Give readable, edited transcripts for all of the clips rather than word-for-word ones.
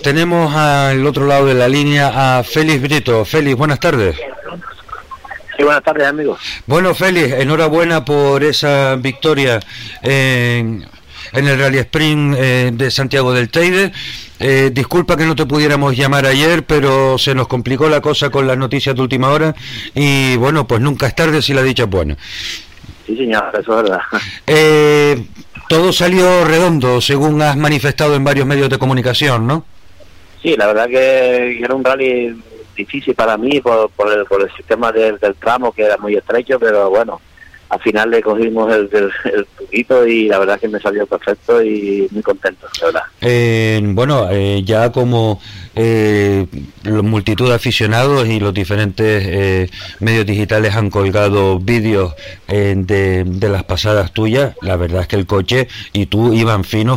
tenemos al otro lado de la línea a Félix Brito. Félix, buenas tardes. Sí, buenas tardes, amigos. Bueno, Félix, enhorabuena por esa victoria en el Rally Sprint de Santiago del Teide. Disculpa que no te pudiéramos llamar ayer, pero se nos complicó la cosa con las noticias de última hora y bueno, pues nunca es tarde si la dicha es buena. Sí, señor, eso es verdad. Todo salió redondo, según has manifestado en varios medios de comunicación, ¿no? Sí, la verdad que era un rally difícil para mí por el sistema del tramo, que era muy estrecho, pero bueno, al final le cogimos el truquito y la verdad que me salió perfecto y muy contento, la verdad. Ya como multitud de aficionados y los diferentes medios digitales han colgado vídeos de las pasadas tuyas, la verdad es que el coche y tú iban fino.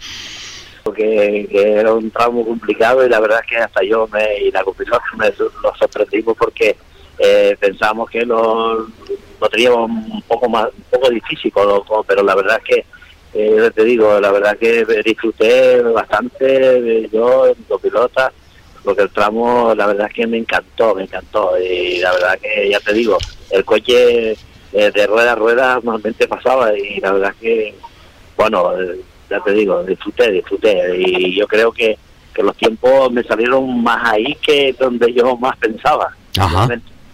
Porque era un tramo complicado y la verdad es que hasta yo y la competición nos sorprendimos porque pensamos que lo teníamos un poco difícil, pero la verdad es que te digo, la verdad que disfruté bastante yo en copilota, porque el tramo la verdad es que me encantó y la verdad que ya te digo, el coche de rueda a rueda normalmente pasaba y la verdad que bueno, ya te digo, disfruté y yo creo que los tiempos me salieron más ahí que donde yo más pensaba. Ajá.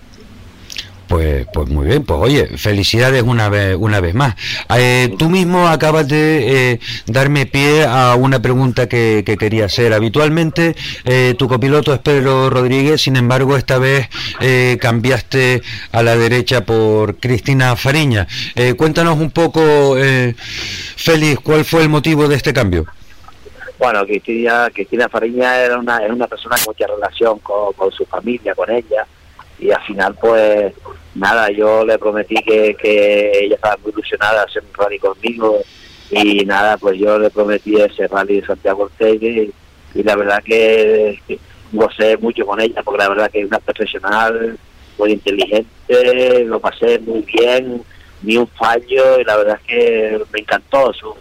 Pues muy bien, pues oye, felicidades una vez más. Tú mismo acabas de darme pie a una pregunta que quería hacer. Habitualmente tu copiloto es Pedro Rodríguez, sin embargo esta vez cambiaste a la derecha por Cristina Fariña. Cuéntanos un poco, Félix, ¿cuál fue el motivo de este cambio? Bueno, Cristina Fariña era una persona con mucha relación con su familia, con ella, y al final pues nada, yo le prometí que ella estaba muy ilusionada de hacer un rally conmigo y nada, pues yo le prometí ese rally de Santiago del Teide y la verdad que gocé mucho con ella porque la verdad que es una profesional muy inteligente, lo pasé muy bien, ni un fallo y la verdad es que me encantó su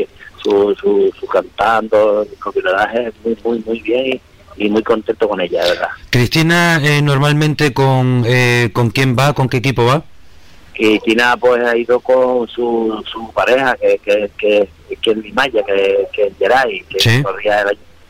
cantando, su copilotaje muy bien y muy contento con ella, de verdad. Cristina, normalmente ¿con quién va? ¿Con qué equipo va? Cristina pues ha ido con su pareja, que es Limaya, que es Geray, que ¿sí? Todavía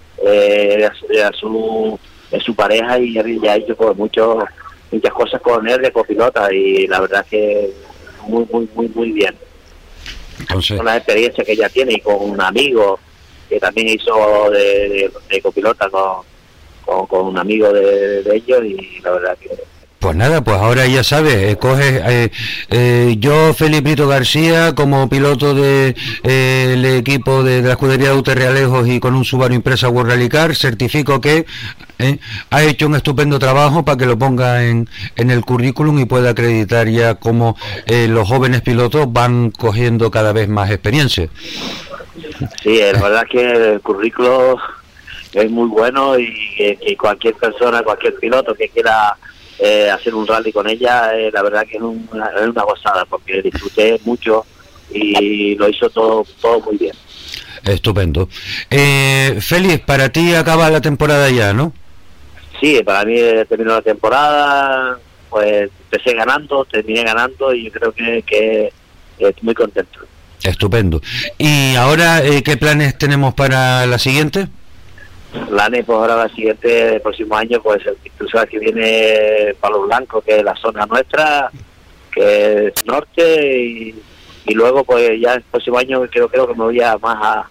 era su pareja y ya ha hecho pues muchas cosas con él de copilota y la verdad que muy bien. Entonces, con la experiencia que ella tiene y con un amigo que también hizo de copilota con un amigo de ellos y la verdad que... Pues nada, pues ahora ya sabes, coges yo, Félix Brito García, como piloto del equipo de la escudería de UT Realejos y con un Subaru Impresa World Rally Car, certifico que ha hecho un estupendo trabajo para que lo ponga en el currículum y pueda acreditar ya cómo los jóvenes pilotos van cogiendo cada vez más experiencia. Sí, la verdad que el currículo es muy bueno y cualquier persona, cualquier piloto que quiera hacer un rally con ella, la verdad que es una gozada porque disfruté mucho y lo hizo todo muy bien. Estupendo. Félix, para ti acaba la temporada ya, ¿no? Sí, para mí terminó la temporada, pues terminé ganando y yo creo que estoy muy contento. Estupendo. ¿Y ahora qué planes tenemos para la siguiente? Planes, pues ahora el próximo año, pues tú sabes que viene Palo Blanco, que es la zona nuestra, que es norte, y luego pues ya el próximo año creo que me voy más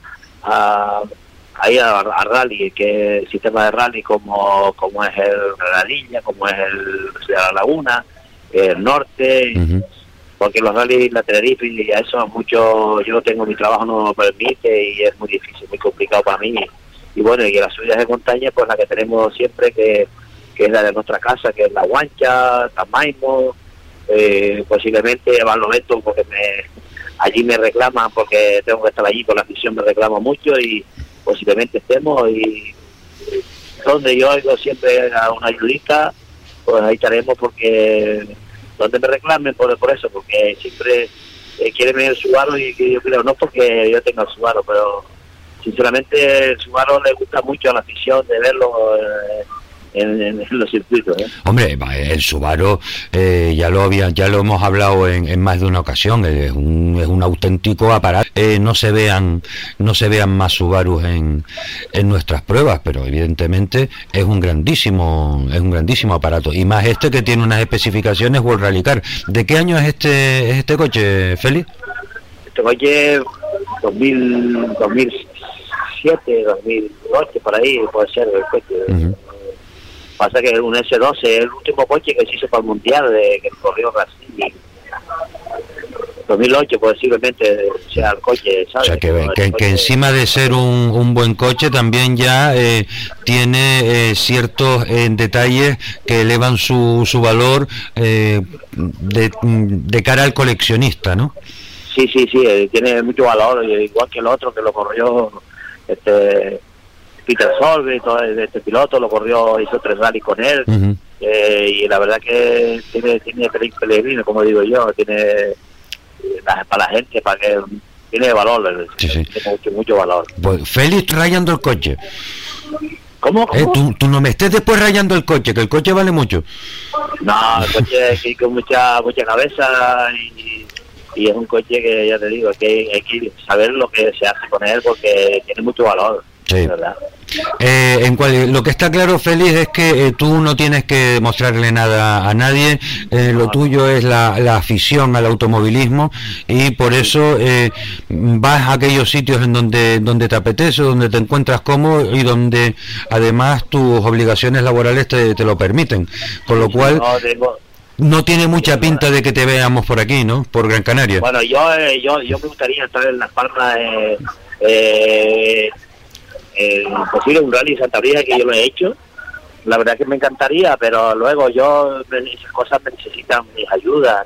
a ir a rally, que el sistema de rally como es el Radilla, como es el de la Laguna, el norte, porque los rally, la Tenerife y a eso mucho, yo no tengo, mi trabajo no me permite y es muy difícil, muy complicado para mí. Y bueno, y las subidas de montaña, pues la que tenemos siempre, que es la de nuestra casa, que es La Guancha, Tamaimo, posiblemente Barlovento, porque allí me reclaman, porque tengo que estar allí con la afición, me reclama mucho y posiblemente estemos y donde yo oigo siempre a una ayudita, pues ahí estaremos porque donde me reclamen por eso, porque siempre quieren el Subaru y que yo creo, no porque yo tenga el Subaru, pero sinceramente el Subaru le gusta mucho a la afición de verlo en los circuitos. Hombre, el Subaru ya lo hemos hablado en más de una ocasión, es un auténtico aparato. No se vean más Subarus en nuestras pruebas, pero evidentemente es un grandísimo aparato, y más este que tiene unas especificaciones World Rally Car. ¿De qué año es este coche, Félix? Este coche 2007, 2008, por ahí puede ser el coche. Uh-huh. Pasa que un S12 es el último coche que se hizo para el Mundial, que corrió Brasil. 2008 posiblemente sea el coche, ¿sabes? O sea, que encima de ser un buen coche, también ya tiene ciertos detalles que elevan su valor de cara al coleccionista, ¿no? Sí, tiene mucho valor, igual que el otro que lo corrió Peter Solveig, todo este piloto lo corrió, hizo 3 rally con él. Uh-huh. Y la verdad que tiene peregrino, como digo yo, tiene para la gente, para que tiene valor, sí. Tiene mucho valor. Pues Félix rayando el coche. ¿Cómo? Tú no me estés después rayando el coche, que el coche vale mucho. No, el coche es con mucha cabeza y es un coche que, ya te digo, que hay que saber lo que se hace con él porque tiene mucho valor. Sí. ¿Verdad? Lo que está claro, Félix, es que tú no tienes que demostrarle nada a nadie. Lo tuyo es la afición al automovilismo, y por eso vas a aquellos sitios en donde te apetece, donde te encuentras cómodo y donde además tus obligaciones laborales te lo permiten, con lo cual no tiene mucha pinta de que te veamos por aquí, ¿no? Por Gran Canaria. Bueno, yo me gustaría estar en Las Palmas, posible un rally Santa Brisa, que yo lo he hecho. La verdad que me encantaría, pero luego esas cosas me necesitan mis ayudas,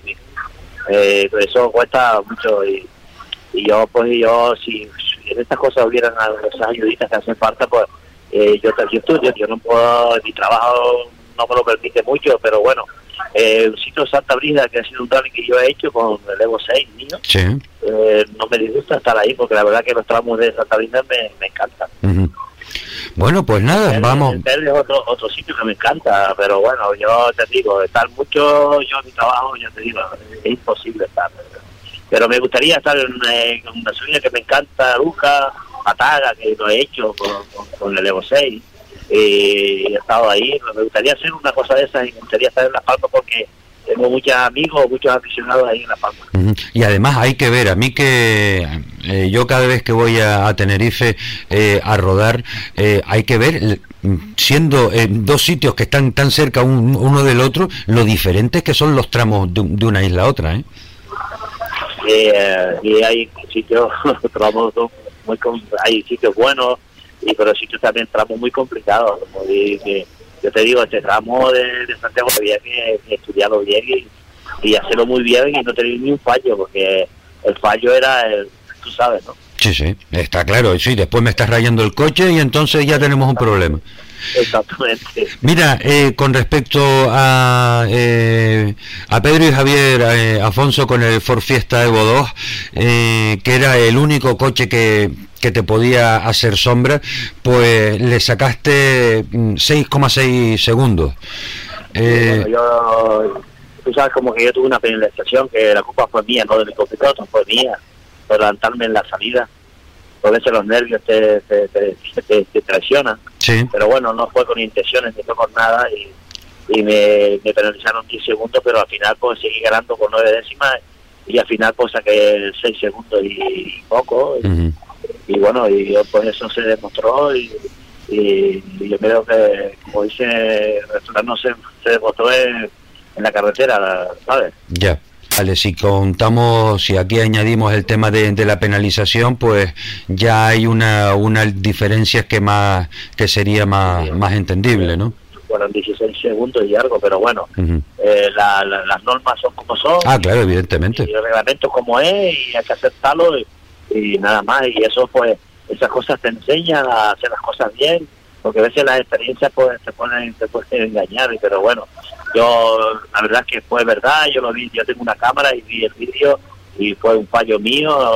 eso cuesta mucho, y yo si en estas cosas hubieran esas ayuditas que hacen falta, pues yo estudio, yo no puedo, mi trabajo no me lo permite mucho, pero bueno, el sitio Santa Brisa, que ha sido un rally que yo he hecho con el Evo 6 mío, sí. No me disgusta estar ahí, porque la verdad que los tramos de Santa Brisa me encantan. Uh-huh. Bueno, pues nada, vamos. El verde es otro sitio que me encanta, pero bueno, yo te digo, estar mucho, yo en mi trabajo, ya te digo, es imposible estar. Pero me gustaría estar en una subida que me encanta, Luca, Mataga, que lo he hecho con el Evo 6. He estado ahí, me gustaría hacer una cosa de esas, y me gustaría estar en Las Palmas porque tengo muchos amigos, muchos aficionados ahí en Las Palmas. Uh-huh. Y además hay que ver, a mí que yo cada vez que voy a Tenerife a rodar, hay que ver, siendo dos sitios que están tan cerca uno del otro, lo diferentes que son los tramos de una isla a otra, y hay sitios, tramos hay sitios buenos, pero sitios también tramos muy complicados, como yo te digo, este tramo de Santiago había que estudiarlo bien y hacerlo muy bien y no tener ni un fallo, porque el fallo era tú sabes, ¿no? Sí, está claro, sí, después me estás rayando el coche y entonces ya tenemos un problema. Exactamente. Mira, con respecto a Pedro y Javier Afonso con el Ford Fiesta Evo 2, que era el único coche que te podía hacer sombra, pues le sacaste 6,6 segundos. Bueno, tú sabes, como que yo tuve una penalización, que la culpa fue mía, no de mi copiloto, fue mía, por levantarme en la salida. A veces los nervios te traicionan, sí. Pero bueno, no fue con intenciones ni fue con nada, y me penalizaron 10 segundos, pero al final pues seguí ganando con 9 décimas, y al final pues saqué 6 segundos y poco, uh-huh. Y bueno, y pues eso se demostró, y yo creo que, como dice el restaurante, no se demostró en la carretera, ¿sabes? Ya. Vale, si aquí añadimos el tema de la penalización, pues ya hay una diferencia que sería más entendible, ¿no? Fueron 16 segundos y algo, pero bueno, uh-huh. Las normas son como son. Ah, claro, evidentemente. Y el reglamento como es, y hay que aceptarlo, y nada más, y eso pues, esas cosas te enseñan a hacer las cosas bien, porque a veces las experiencias pues te pueden engañar, pero bueno, yo la verdad es que fue verdad, yo lo vi, yo tengo una cámara y vi el vídeo y fue un fallo mío,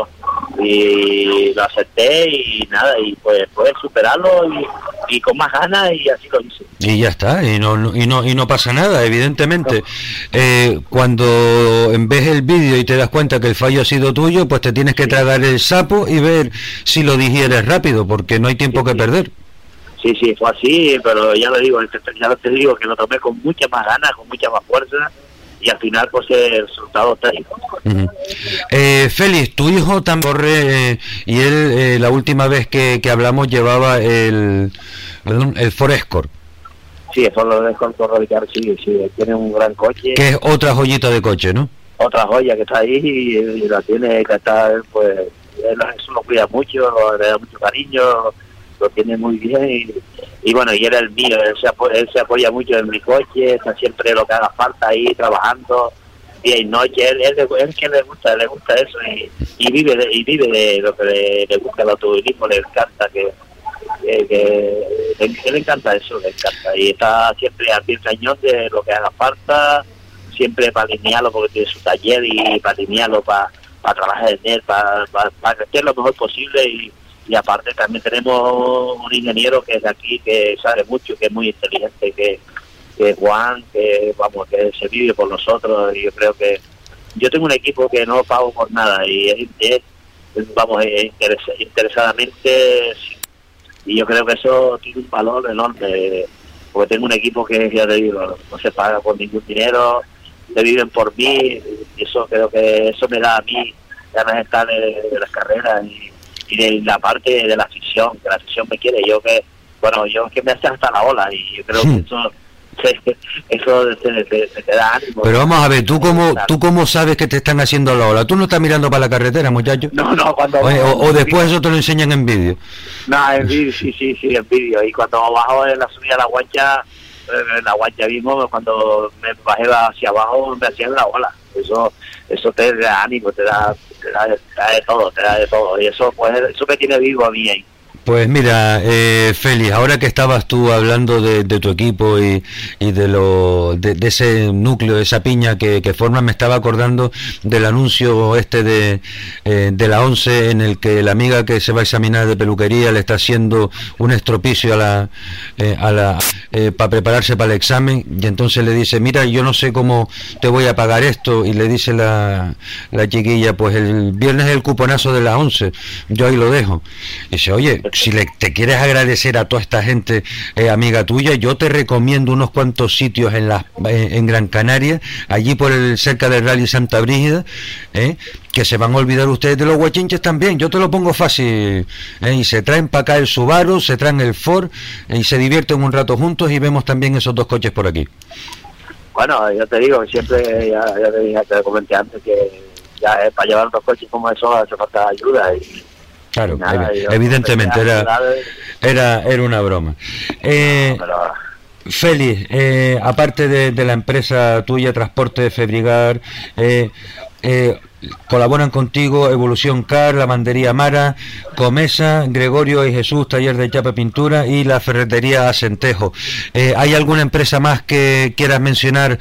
y lo acepté y nada, y pues superarlo y con más ganas, y así lo hice. Y ya está, y no pasa nada, evidentemente. Cuando ves el vídeo y te das cuenta que el fallo ha sido tuyo, pues te tienes que tragar el sapo y ver si lo digieres rápido, porque no hay tiempo que perder. Sí, fue así, pero ya lo digo, ya te digo que lo tomé con mucha más ganas, con mucha más fuerza, y al final pues el resultado está ahí. Félix, tu hijo también corre, y él la última vez que hablamos llevaba el Ford Escort. Sí, eso lo dejo con Ricardo, sí, tiene un gran coche. Que es otra joyita de coche, ¿no? Otra joya que está ahí y la tiene, que está, pues, eso lo cuida mucho, le da mucho cariño, lo tiene muy bien y bueno, y él es el mío, él se apoya mucho en mi coche, está siempre lo que haga falta ahí trabajando día y noche. Él que le gusta eso y vive de lo que le gusta, el automovilismo, le encanta que le encanta eso, le encanta, y está siempre al pie del cañón de lo que haga falta, siempre para alinearlo, porque tiene su taller, y para alinearlo, para trabajar en él, para crecer lo mejor posible, y aparte también tenemos un ingeniero que es de aquí, que sabe mucho, que es muy inteligente, que es Juan, que se vive por nosotros, y yo creo que yo tengo un equipo que no pago por nada, y es interesadamente, y yo creo que eso tiene un valor enorme, porque tengo un equipo que, ya te digo, no se paga por ningún dinero, se viven por mí, y eso creo que eso me da a mí ganas de estar de las carreras y de la parte de la afición, que la afición me quiere, yo que me hace hasta la ola, y yo creo que eso te da ánimo. Pero vamos a ver, ¿tú cómo sabes que te están haciendo la ola? ¿Tú no estás mirando para la carretera, muchacho? No, cuando... o después eso te lo enseñan en vídeo. No, en vídeo, sí, en vídeo. Y cuando bajo en la subida a la Guancha mismo, cuando me bajé hacia abajo, me hacían la ola. Eso te da ánimo, te da de todo. Y eso me tiene vivo a mí ahí. Pues mira, Félix, ahora que estabas tú hablando de tu equipo y de ese núcleo, de esa piña que forman, me estaba acordando del anuncio de la ONCE, en el que la amiga que se va a examinar de peluquería le está haciendo un estropicio para prepararse para el examen, y entonces le dice: mira, yo no sé cómo te voy a pagar esto, y le dice la chiquilla: pues el viernes es el cuponazo de la ONCE, yo ahí lo dejo. Y dice: oye, si te quieres agradecer a toda esta gente, amiga tuya, yo te recomiendo unos cuantos sitios en Gran Canaria, allí cerca del Rally Santa Brígida, que se van a olvidar ustedes de los guachinches también. Yo te lo pongo fácil, y se traen para acá el Subaru, se traen el Ford, y se divierten un rato juntos, y vemos también esos dos coches por aquí. Bueno, yo te digo, siempre ya te comenté antes que ya para llevar dos coches como eso hace falta ayuda, y claro, nada, evidentemente era una broma. Félix, aparte de la empresa tuya, Transporte de Febrigar, colaboran contigo Evolución Car, Lavandería Mara, Comesa, Gregorio y Jesús, Taller de Chapa y Pintura, y la Ferretería Acentejo. ¿Hay alguna empresa más que quieras mencionar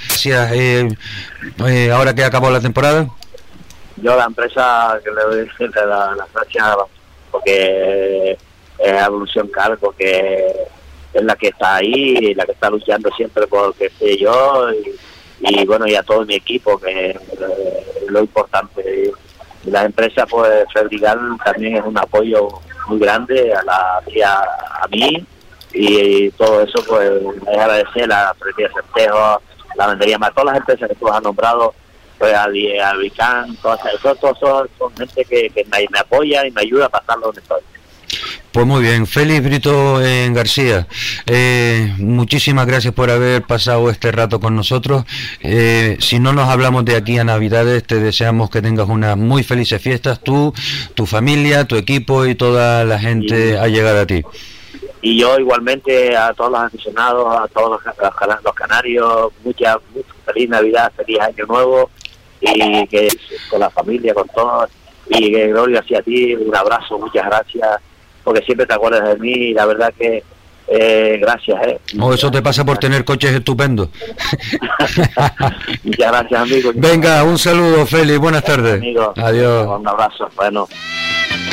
ahora que acabó la temporada? Yo la empresa que le doy las gracias, porque es Evolución Car, porque es la que está ahí, la que está luchando siempre por que esté yo, y bueno, y a todo mi equipo, que es lo importante. Y la empresa, pues Febrigar también es un apoyo muy grande a mí, y todo eso pues es agradecer a la Ferretería Centejo, la Vendería Más, todas las empresas que tú has nombrado, pues al Vicán, todos son gente que me apoya y me ayuda a pasarlo donde estoy. Pues muy bien, Félix Brito García, muchísimas gracias por haber pasado este rato con nosotros. Si no nos hablamos de aquí a Navidades, te deseamos que tengas unas muy felices fiestas, tú, tu familia, tu equipo y toda la gente a llegar a ti. Y yo igualmente a todos los aficionados, a todos los canarios, mucha feliz Navidad, feliz Año Nuevo, y que con la familia, con todos, y que Gloria hacia ti, un abrazo, muchas gracias, porque siempre te acuerdas de mí, y la verdad que gracias. No, eso te pasa por tener coches estupendos. Muchas gracias, amigo. Venga, un saludo, Félix, buenas tardes. Amigo, adiós. Un abrazo, bueno.